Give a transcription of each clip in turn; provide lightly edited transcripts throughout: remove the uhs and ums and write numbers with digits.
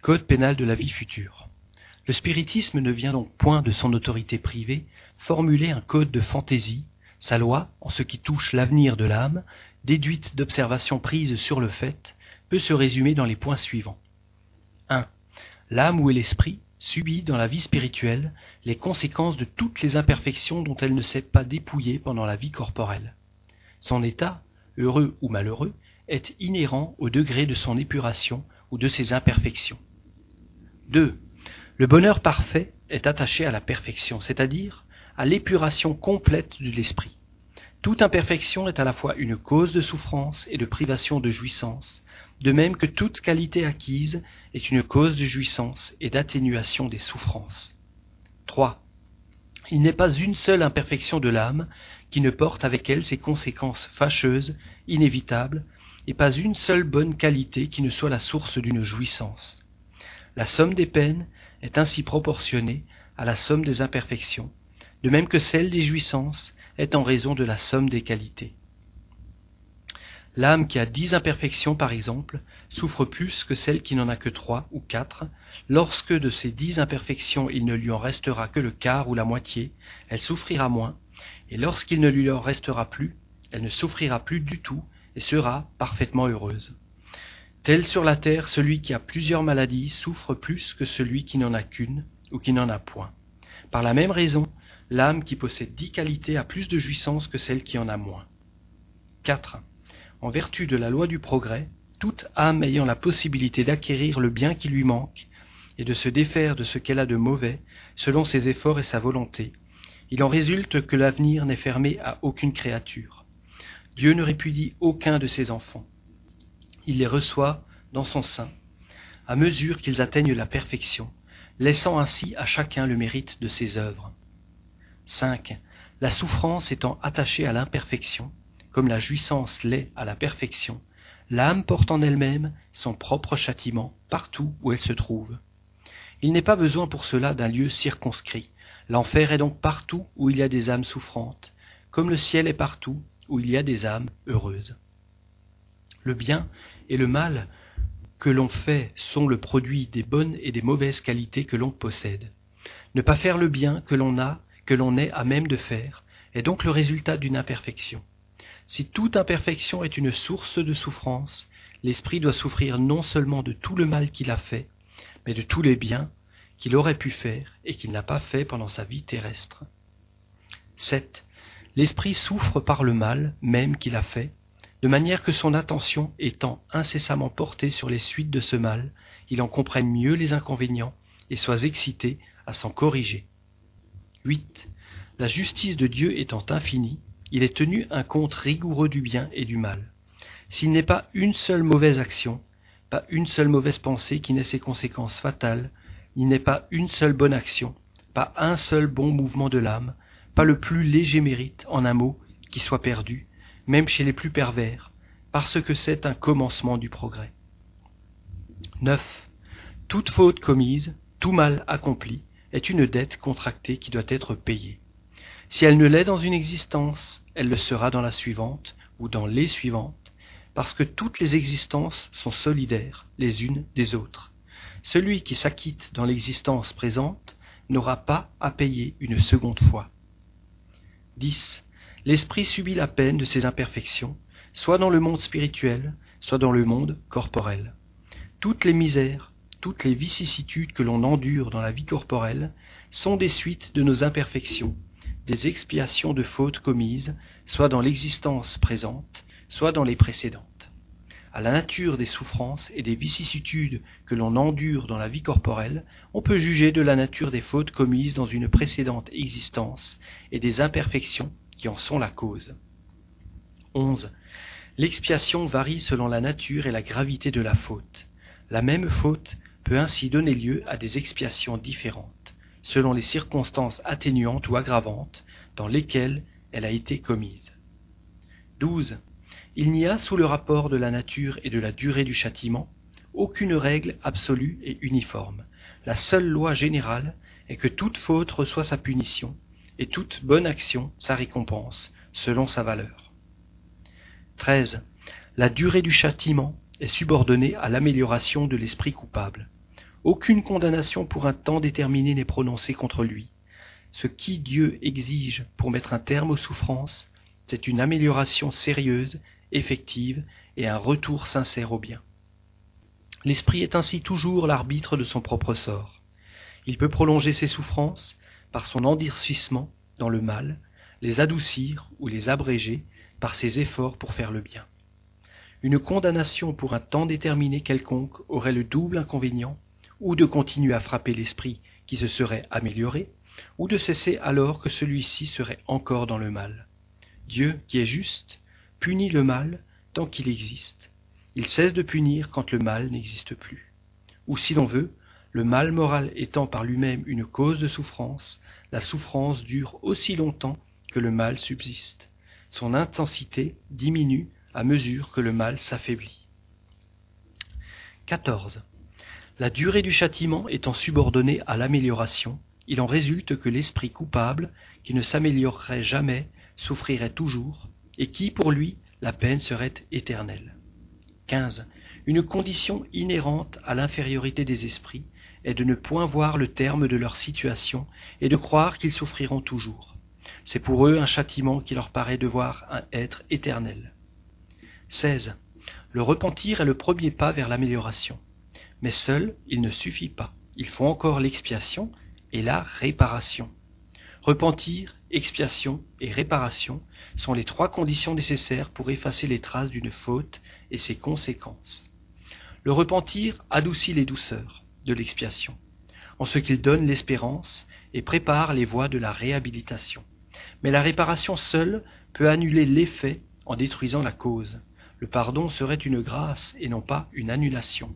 Code pénal de la vie future. Le spiritisme ne vient donc point de son autorité privée formuler un code de fantaisie, sa loi, en ce qui touche l'avenir de l'âme, déduite d'observations prises sur le fait, peut se résumer dans les points suivants. 1. L'âme ou l'esprit subit dans la vie spirituelle les conséquences de toutes les imperfections dont elle ne s'est pas dépouillée pendant la vie corporelle. Son état, heureux ou malheureux, est inhérent au degré de son épuration ou de ses imperfections. 2. Le bonheur parfait est attaché à la perfection, c'est-à-dire à l'épuration complète de l'esprit. Toute imperfection est à la fois une cause de souffrance et de privation de jouissance, de même que toute qualité acquise est une cause de jouissance et d'atténuation des souffrances. 3. Il n'est pas une seule imperfection de l'âme qui ne porte avec elle ses conséquences fâcheuses, inévitables, et pas une seule bonne qualité qui ne soit la source d'une jouissance. La somme des peines est ainsi proportionnée à la somme des imperfections, de même que celle des jouissances est en raison de la somme des qualités. L'âme qui a 10 imperfections, par exemple, souffre plus que celle qui n'en a que 3 ou 4. Lorsque de ces 10 imperfections il ne lui en restera que le quart ou la moitié, elle souffrira moins, et lorsqu'il ne lui en restera plus, elle ne souffrira plus du tout et sera parfaitement heureuse. Tel sur la terre, celui qui a plusieurs maladies souffre plus que celui qui n'en a qu'une ou qui n'en a point. Par la même raison, l'âme qui possède 10 qualités a plus de jouissance que celle qui en a moins. 4. En vertu de la loi du progrès, toute âme ayant la possibilité d'acquérir le bien qui lui manque et de se défaire de ce qu'elle a de mauvais, selon ses efforts et sa volonté, il en résulte que l'avenir n'est fermé à aucune créature. Dieu ne répudie aucun de ses enfants. Il les reçoit dans son sein, à mesure qu'ils atteignent la perfection, laissant ainsi à chacun le mérite de ses œuvres. 5. La souffrance étant attachée à l'imperfection, comme la jouissance l'est à la perfection, l'âme porte en elle-même son propre châtiment partout où elle se trouve. Il n'est pas besoin pour cela d'un lieu circonscrit. L'enfer est donc partout où il y a des âmes souffrantes, comme le ciel est partout où il y a des âmes heureuses. Le bien et le mal que l'on fait sont le produit des bonnes et des mauvaises qualités que l'on possède. Ne pas faire le bien que l'on est à même de faire, est donc le résultat d'une imperfection. Si toute imperfection est une source de souffrance, l'esprit doit souffrir non seulement de tout le mal qu'il a fait, mais de tous les biens qu'il aurait pu faire et qu'il n'a pas fait pendant sa vie terrestre. 7. L'esprit souffre par le mal même qu'il a fait, de manière que son attention étant incessamment portée sur les suites de ce mal, il en comprenne mieux les inconvénients et soit excité à s'en corriger. 8. La justice de Dieu étant infinie, il est tenu un compte rigoureux du bien et du mal. S'il n'est pas une seule mauvaise action, pas une seule mauvaise pensée qui n'ait ses conséquences fatales, il n'est pas une seule bonne action, pas un seul bon mouvement de l'âme, pas le plus léger mérite, en un mot, qui soit perdu, même chez les plus pervers, parce que c'est un commencement du progrès. 9. Toute faute commise, tout mal accompli, est une dette contractée qui doit être payée. Si elle ne l'est dans une existence, elle le sera dans la suivante ou dans les suivantes, parce que toutes les existences sont solidaires les unes des autres. Celui qui s'acquitte dans l'existence présente n'aura pas à payer une seconde fois. 10. L'esprit subit la peine de ses imperfections, soit dans le monde spirituel, soit dans le monde corporel. Toutes les misères, toutes les vicissitudes que l'on endure dans la vie corporelle sont des suites de nos imperfections, des expiations de fautes commises, soit dans l'existence présente, soit dans les précédentes. À la nature des souffrances et des vicissitudes que l'on endure dans la vie corporelle, on peut juger de la nature des fautes commises dans une précédente existence et des imperfections qui en sont la cause. 11. L'expiation varie selon la nature et la gravité de la faute. La même faute peut ainsi donner lieu à des expiations différentes, selon les circonstances atténuantes ou aggravantes dans lesquelles elle a été commise. 12. Il n'y a, sous le rapport de la nature et de la durée du châtiment, aucune règle absolue et uniforme. La seule loi générale est que toute faute reçoit sa punition, et toute bonne action sa récompense, selon sa valeur. 13. La durée du châtiment est subordonnée à l'amélioration de l'esprit coupable. Aucune condamnation pour un temps déterminé n'est prononcée contre lui. Ce qui Dieu exige pour mettre un terme aux souffrances, c'est une amélioration sérieuse, effective et un retour sincère au bien. L'esprit est ainsi toujours l'arbitre de son propre sort. Il peut prolonger ses souffrances par son endurcissement dans le mal, les adoucir ou les abréger par ses efforts pour faire le bien. Une condamnation pour un temps déterminé quelconque aurait le double inconvénient ou de continuer à frapper l'esprit qui se serait amélioré, ou de cesser alors que celui-ci serait encore dans le mal. Dieu, qui est juste, punit le mal tant qu'il existe. Il cesse de punir quand le mal n'existe plus. Ou si l'on veut, le mal moral étant par lui-même une cause de souffrance, la souffrance dure aussi longtemps que le mal subsiste. Son intensité diminue à mesure que le mal s'affaiblit. 14. La durée du châtiment étant subordonnée à l'amélioration, il en résulte que l'esprit coupable, qui ne s'améliorerait jamais, souffrirait toujours, et qui, pour lui, la peine serait éternelle. 15. Une condition inhérente à l'infériorité des esprits est de ne point voir le terme de leur situation et de croire qu'ils souffriront toujours. C'est pour eux un châtiment qui leur paraît devoir être éternel. 16. Le repentir est le premier pas vers l'amélioration. Mais seul, il ne suffit pas. Il faut encore l'expiation et la réparation. Repentir, expiation et réparation sont les trois conditions nécessaires pour effacer les traces d'une faute et ses conséquences. Le repentir adoucit les douceurs de l'expiation, en ce qu'il donne l'espérance et prépare les voies de la réhabilitation. Mais la réparation seule peut annuler l'effet en détruisant la cause. Le pardon serait une grâce et non pas une annulation.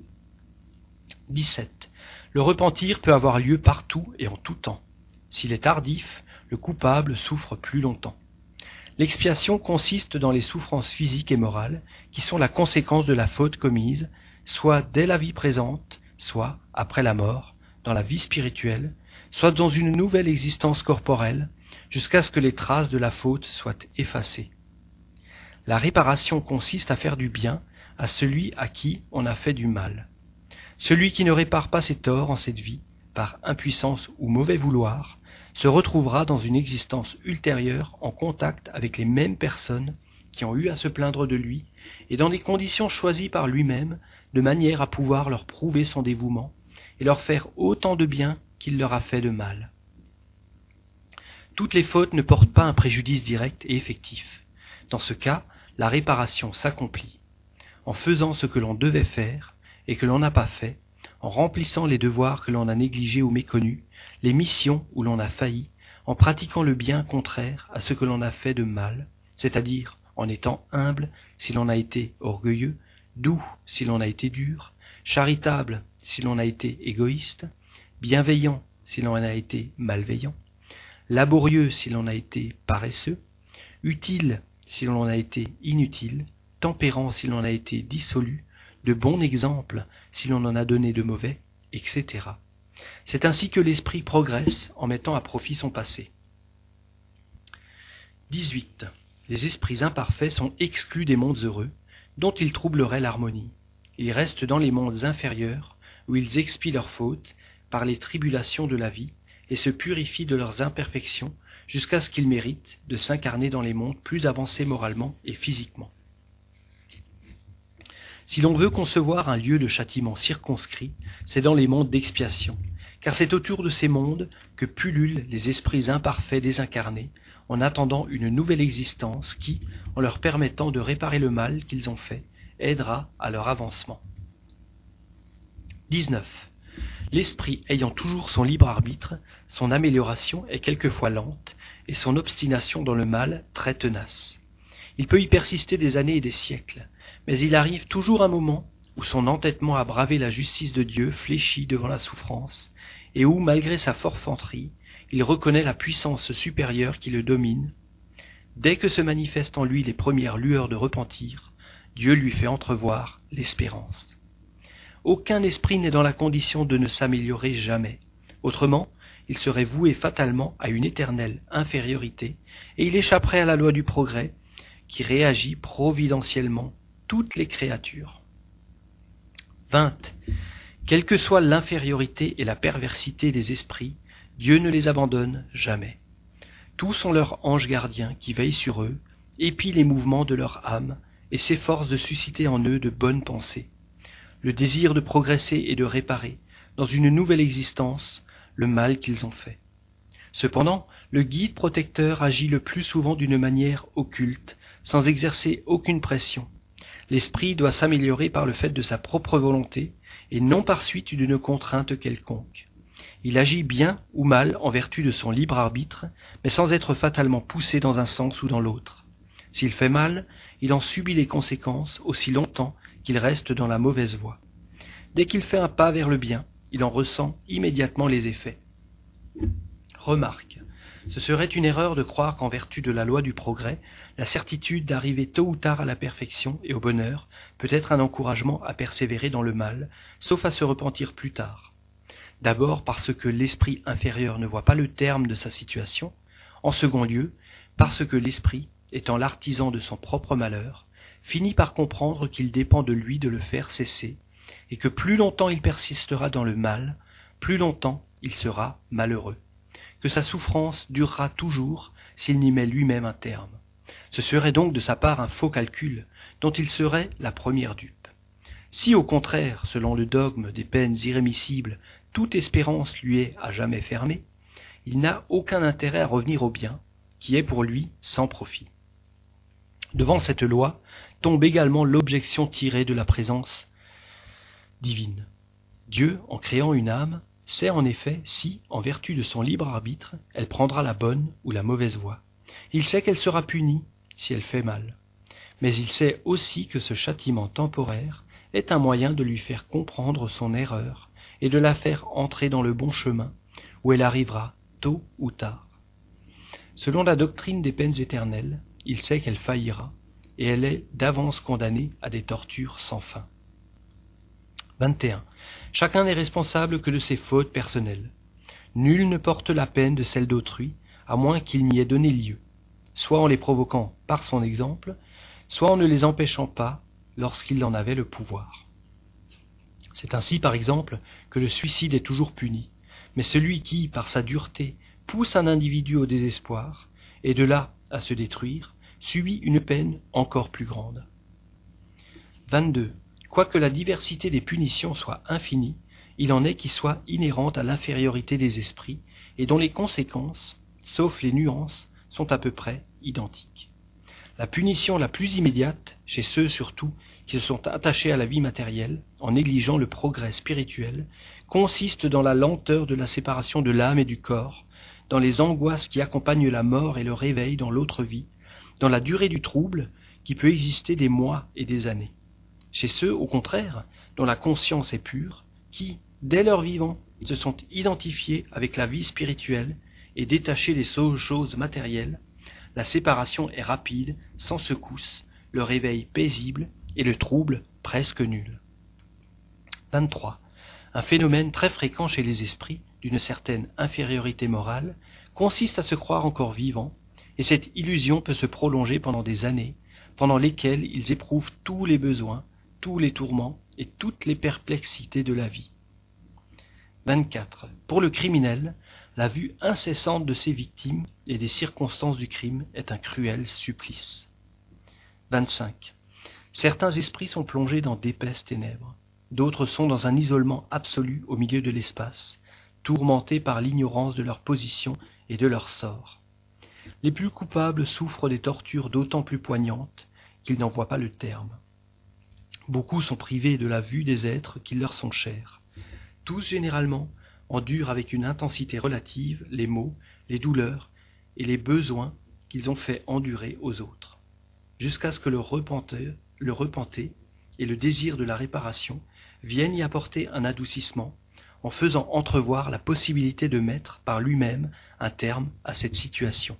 17. Le repentir peut avoir lieu partout et en tout temps. S'il est tardif, le coupable souffre plus longtemps. L'expiation consiste dans les souffrances physiques et morales qui sont la conséquence de la faute commise, soit dès la vie présente, soit après la mort, dans la vie spirituelle, soit dans une nouvelle existence corporelle, jusqu'à ce que les traces de la faute soient effacées. La réparation consiste à faire du bien à celui à qui on a fait du mal. Celui qui ne répare pas ses torts en cette vie, par impuissance ou mauvais vouloir, se retrouvera dans une existence ultérieure en contact avec les mêmes personnes qui ont eu à se plaindre de lui et dans des conditions choisies par lui-même, de manière à pouvoir leur prouver son dévouement et leur faire autant de bien qu'il leur a fait de mal. Toutes les fautes ne portent pas un préjudice direct et effectif. Dans ce cas, la réparation s'accomplit en faisant ce que l'on devait faire et que l'on n'a pas fait, en remplissant les devoirs que l'on a négligés ou méconnus, les missions où l'on a failli, en pratiquant le bien contraire à ce que l'on a fait de mal, c'est-à-dire en étant humble si l'on a été orgueilleux, doux si l'on a été dur, charitable si l'on a été égoïste, bienveillant si l'on a été malveillant, laborieux si l'on a été paresseux, utile si l'on a été inutile, tempérant si l'on a été dissolu, de bon exemple si l'on en a donné de mauvais, etc. C'est ainsi que l'esprit progresse en mettant à profit son passé. 18. Les esprits imparfaits sont exclus des mondes heureux, dont ils troubleraient l'harmonie. Ils restent dans les mondes inférieurs, où ils expient leurs fautes par les tribulations de la vie et se purifient de leurs imperfections jusqu'à ce qu'ils méritent de s'incarner dans les mondes plus avancés moralement et physiquement. Si l'on veut concevoir un lieu de châtiment circonscrit, c'est dans les mondes d'expiation, car c'est autour de ces mondes que pullulent les esprits imparfaits désincarnés, en attendant une nouvelle existence qui, en leur permettant de réparer le mal qu'ils ont fait, aidera à leur avancement. 19. L'esprit ayant toujours son libre arbitre, son amélioration est quelquefois lente, et son obstination dans le mal très tenace. Il peut y persister des années et des siècles, mais il arrive toujours un moment où son entêtement à braver la justice de Dieu fléchit devant la souffrance, et où, malgré sa forfanterie, il reconnaît la puissance supérieure qui le domine. Dès que se manifestent en lui les premières lueurs de repentir, Dieu lui fait entrevoir l'espérance. Aucun esprit n'est dans la condition de ne s'améliorer jamais. Autrement, il serait voué fatalement à une éternelle infériorité, et il échapperait à la loi du progrès, qui réagit providentiellement toutes les créatures. 20. Quelle que soit l'infériorité et la perversité des esprits, Dieu ne les abandonne jamais. Tous sont leurs anges gardiens qui veillent sur eux, épient les mouvements de leur âme et s'efforcent de susciter en eux de bonnes pensées, le désir de progresser et de réparer, dans une nouvelle existence, le mal qu'ils ont fait. Cependant, le guide protecteur agit le plus souvent d'une manière occulte, sans exercer aucune pression. L'esprit doit s'améliorer par le fait de sa propre volonté, et non par suite d'une contrainte quelconque. Il agit bien ou mal en vertu de son libre arbitre, mais sans être fatalement poussé dans un sens ou dans l'autre. S'il fait mal, il en subit les conséquences aussi longtemps qu'il reste dans la mauvaise voie. Dès qu'il fait un pas vers le bien, il en ressent immédiatement les effets. Remarque, ce serait une erreur de croire qu'en vertu de la loi du progrès, la certitude d'arriver tôt ou tard à la perfection et au bonheur peut être un encouragement à persévérer dans le mal, sauf à se repentir plus tard. D'abord parce que l'esprit inférieur ne voit pas le terme de sa situation, en second lieu, parce que l'esprit, étant l'artisan de son propre malheur, finit par comprendre qu'il dépend de lui de le faire cesser, et que plus longtemps il persistera dans le mal, plus longtemps il sera malheureux, que sa souffrance durera toujours s'il n'y met lui-même un terme. Ce serait donc de sa part un faux calcul, dont il serait la première dupe. Si au contraire, selon le dogme des peines irrémissibles, toute espérance lui est à jamais fermée, il n'a aucun intérêt à revenir au bien, qui est pour lui sans profit. Devant cette loi tombe également l'objection tirée de la présence divine. Dieu, en créant une âme, sait en effet si, en vertu de son libre arbitre, elle prendra la bonne ou la mauvaise voie. Il sait qu'elle sera punie si elle fait mal. Mais il sait aussi que ce châtiment temporaire est un moyen de lui faire comprendre son erreur et de la faire entrer dans le bon chemin, où elle arrivera tôt ou tard. Selon la doctrine des peines éternelles, il sait qu'elle faillira, et elle est d'avance condamnée à des tortures sans fin. 21. Chacun n'est responsable que de ses fautes personnelles. Nul ne porte la peine de celle d'autrui, à moins qu'il n'y ait donné lieu, soit en les provoquant par son exemple, soit en ne les empêchant pas lorsqu'il en avait le pouvoir. C'est ainsi, par exemple, que le suicide est toujours puni, mais celui qui, par sa dureté, pousse un individu au désespoir, et de là à se détruire, subit une peine encore plus grande. 22. Quoique la diversité des punitions soit infinie, il en est qui soient inhérentes à l'infériorité des esprits, et dont les conséquences, sauf les nuances, sont à peu près identiques. La punition la plus immédiate, chez ceux surtout qui se sont attachés à la vie matérielle, en négligeant le progrès spirituel, consiste dans la lenteur de la séparation de l'âme et du corps, dans les angoisses qui accompagnent la mort et le réveil dans l'autre vie, dans la durée du trouble qui peut exister des mois et des années. Chez ceux, au contraire, dont la conscience est pure, qui, dès leur vivant, se sont identifiés avec la vie spirituelle et détachés des choses matérielles, la séparation est rapide, sans secousse, le réveil paisible et le trouble presque nul. 23. Un phénomène très fréquent chez les esprits d'une certaine infériorité morale consiste à se croire encore vivants, et cette illusion peut se prolonger pendant des années, pendant lesquelles ils éprouvent tous les besoins, tous les tourments et toutes les perplexités de la vie. 24. Pour le criminel, la vue incessante de ses victimes et des circonstances du crime est un cruel supplice. 25. Certains esprits sont plongés dans d'épaisses ténèbres, d'autres sont dans un isolement absolu au milieu de l'espace, tourmentés par l'ignorance de leur position et de leur sort. Les plus coupables souffrent des tortures d'autant plus poignantes qu'ils n'en voient pas le terme. Beaucoup sont privés de la vue des êtres qui leur sont chers. Tous, généralement, endurent avec une intensité relative les maux, les douleurs et les besoins qu'ils ont fait endurer aux autres, jusqu'à ce que le repenté et le désir de la réparation viennent y apporter un adoucissement, en faisant entrevoir la possibilité de mettre par lui-même un terme à cette situation.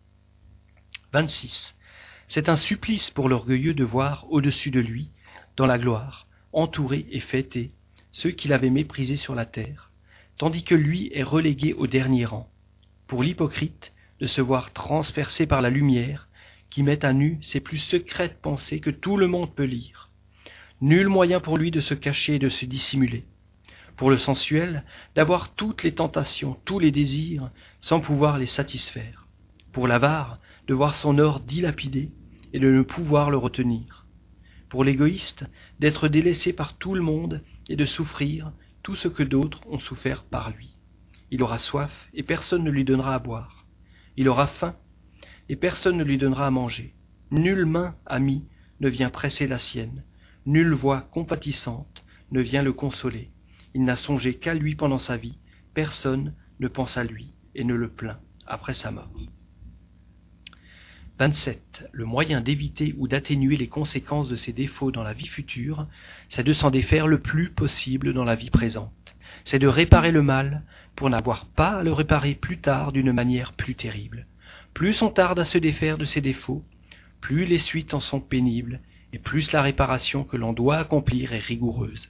26. C'est un supplice pour l'orgueilleux de voir au-dessus de lui, dans la gloire, entourés et fêtés, ceux qu'il avait méprisés sur la terre, tandis que lui est relégué au dernier rang, pour l'hypocrite de se voir transpercé par la lumière qui met à nu ses plus secrètes pensées que tout le monde peut lire. Nul moyen pour lui de se cacher et de se dissimuler. Pour le sensuel, d'avoir toutes les tentations, tous les désirs, sans pouvoir les satisfaire. Pour l'avare, de voir son or dilapidé et de ne pouvoir le retenir. Pour l'égoïste, d'être délaissé par tout le monde et de souffrir tout ce que d'autres ont souffert par lui. Il aura soif et personne ne lui donnera à boire. Il aura faim et personne ne lui donnera à manger. Nulle main amie ne vient presser la sienne. Nulle voix compatissante ne vient le consoler. Il n'a songé qu'à lui pendant sa vie. Personne ne pense à lui et ne le plaint après sa mort. 27. Le moyen d'éviter ou d'atténuer les conséquences de ses défauts dans la vie future, c'est de s'en défaire le plus possible dans la vie présente. C'est de réparer le mal pour n'avoir pas à le réparer plus tard d'une manière plus terrible. Plus on tarde à se défaire de ses défauts, plus les suites en sont pénibles et plus la réparation que l'on doit accomplir est rigoureuse.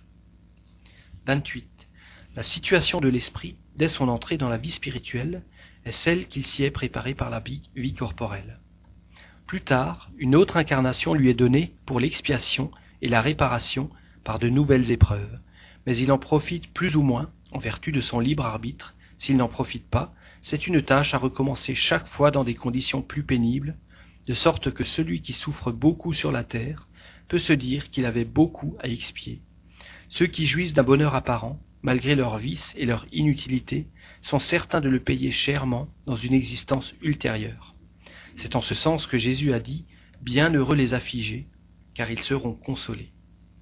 28. La situation de l'esprit, dès son entrée dans la vie spirituelle, est celle qu'il s'y est préparée par la vie corporelle. Plus tard, une autre incarnation lui est donnée pour l'expiation et la réparation par de nouvelles épreuves, mais il en profite plus ou moins en vertu de son libre arbitre. S'il n'en profite pas, c'est une tâche à recommencer chaque fois dans des conditions plus pénibles, de sorte que celui qui souffre beaucoup sur la terre peut se dire qu'il avait beaucoup à expier. Ceux qui jouissent d'un bonheur apparent, malgré leurs vices et leur inutilité, sont certains de le payer chèrement dans une existence ultérieure. C'est en ce sens que Jésus a dit « Bienheureux les affligés, car ils seront consolés ».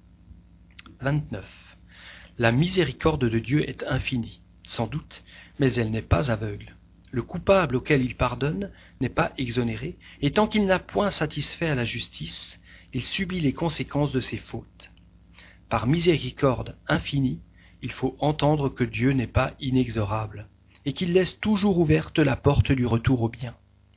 29. La miséricorde de Dieu est infinie, sans doute, mais elle n'est pas aveugle. Le coupable auquel il pardonne n'est pas exonéré, et tant qu'il n'a point satisfait à la justice, il subit les conséquences de ses fautes. Par miséricorde infinie, il faut entendre que Dieu n'est pas inexorable, et qu'il laisse toujours ouverte la porte du retour au bien.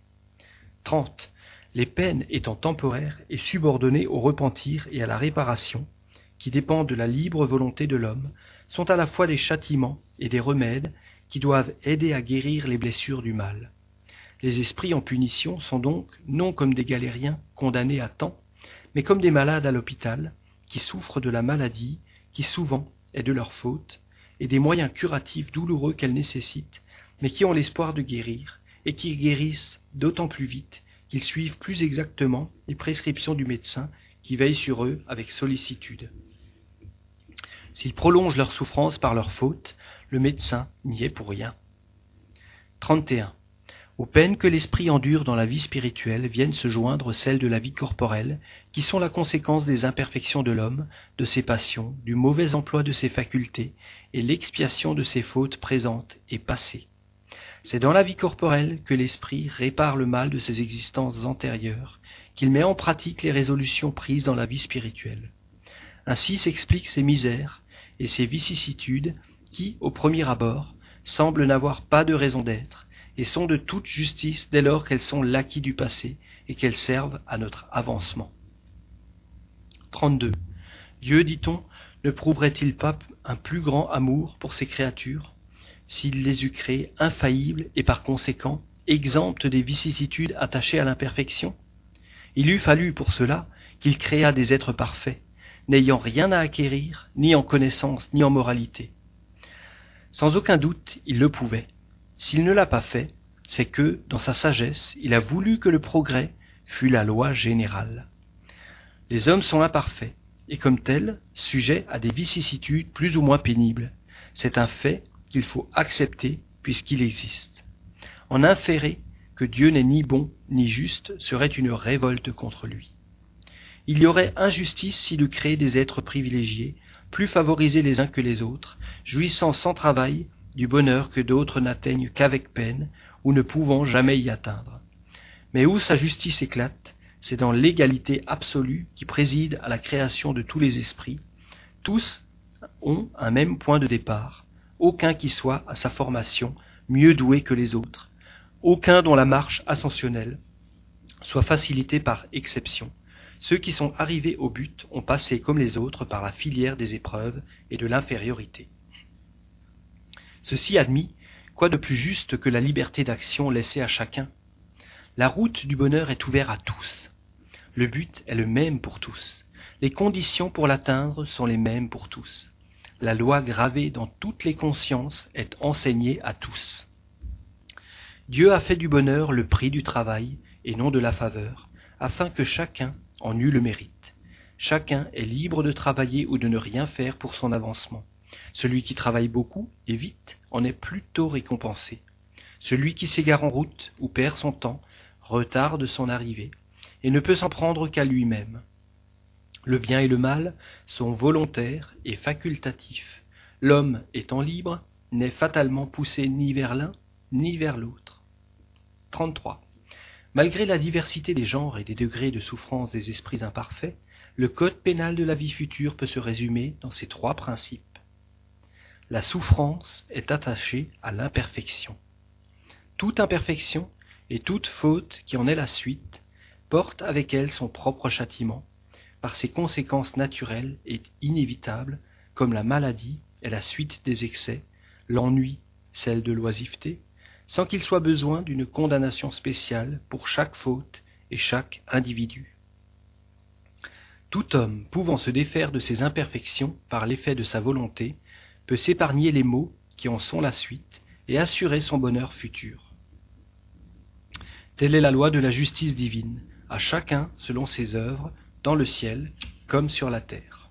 30. Les peines étant temporaires et subordonnées au repentir et à la réparation, qui dépendent de la libre volonté de l'homme, sont à la fois des châtiments et des remèdes qui doivent aider à guérir les blessures du mal. Les esprits en punition sont donc non comme des galériens condamnés à temps, mais comme des malades à l'hôpital, qui souffrent de la maladie, qui souvent est de leur faute, et des moyens curatifs douloureux qu'elles nécessitent, mais qui ont l'espoir de guérir, et qui guérissent d'autant plus vite qu'ils suivent plus exactement les prescriptions du médecin qui veille sur eux avec sollicitude. S'ils prolongent leur souffrance par leur faute, le médecin n'y est pour rien. 31. Aux peines que l'esprit endure dans la vie spirituelle viennent se joindre celles de la vie corporelle, qui sont la conséquence des imperfections de l'homme, de ses passions, du mauvais emploi de ses facultés et l'expiation de ses fautes présentes et passées. C'est dans la vie corporelle que l'esprit répare le mal de ses existences antérieures, qu'il met en pratique les résolutions prises dans la vie spirituelle. Ainsi s'expliquent ces misères et ces vicissitudes qui, au premier abord, semblent n'avoir pas de raison d'être et sont de toute justice dès lors qu'elles sont l'acquis du passé et qu'elles servent à notre avancement. 32. Dieu, dit-on, ne prouverait-il pas un plus grand amour pour ses créatures s'il les eût créées infaillibles et par conséquent exemptes des vicissitudes attachées à l'imperfection? Il eût fallu pour cela qu'il créât des êtres parfaits, n'ayant rien à acquérir, ni en connaissance, ni en moralité. Sans aucun doute, il le pouvait. S'il ne l'a pas fait, c'est que, dans sa sagesse, il a voulu que le progrès fût la loi générale. Les hommes sont imparfaits, et comme tels, sujets à des vicissitudes plus ou moins pénibles. C'est un fait qu'il faut accepter puisqu'il existe. En inférer que Dieu n'est ni bon ni juste serait une révolte contre lui. Il y aurait injustice s'il eût créé des êtres privilégiés, plus favorisés les uns que les autres, jouissant sans travail du bonheur que d'autres n'atteignent qu'avec peine ou ne pouvant jamais y atteindre. Mais où sa justice éclate, c'est dans l'égalité absolue qui préside à la création de tous les esprits. Tous ont un même point de départ, aucun qui soit à sa formation mieux doué que les autres, aucun dont la marche ascensionnelle soit facilitée par exception. Ceux qui sont arrivés au but ont passé comme les autres par la filière des épreuves et de l'infériorité. Ceci admis, quoi de plus juste que la liberté d'action laissée à chacun? La route du bonheur est ouverte à tous. Le but est le même pour tous. Les conditions pour l'atteindre sont les mêmes pour tous. la loi gravée dans toutes les consciences est enseignée à tous. Dieu a fait du bonheur le prix du travail et non de la faveur, afin que chacun en eût le mérite. Chacun est libre de travailler ou de ne rien faire pour son avancement. Celui qui travaille beaucoup et vite en est plutôt récompensé. Celui qui s'égare en route ou perd son temps retarde son arrivée et ne peut s'en prendre qu'à lui-même. Le bien et le mal sont volontaires et facultatifs. L'homme étant libre n'est fatalement poussé ni vers l'un ni vers l'autre. 33. Malgré la diversité des genres et des degrés de souffrance des esprits imparfaits, le code pénal de la vie future peut se résumer dans ces 3 principes. La souffrance est attachée à l'imperfection. Toute imperfection et toute faute qui en est la suite porte avec elle son propre châtiment, par ses conséquences naturelles et inévitables, comme la maladie est la suite des excès, l'ennui celle de l'oisiveté, sans qu'il soit besoin d'une condamnation spéciale pour chaque faute et chaque individu. Tout homme pouvant se défaire de ses imperfections par l'effet de sa volonté peut s'épargner les maux qui en sont la suite et assurer son bonheur futur. Telle est la loi de la justice divine, à chacun selon ses œuvres, dans le ciel comme sur la terre.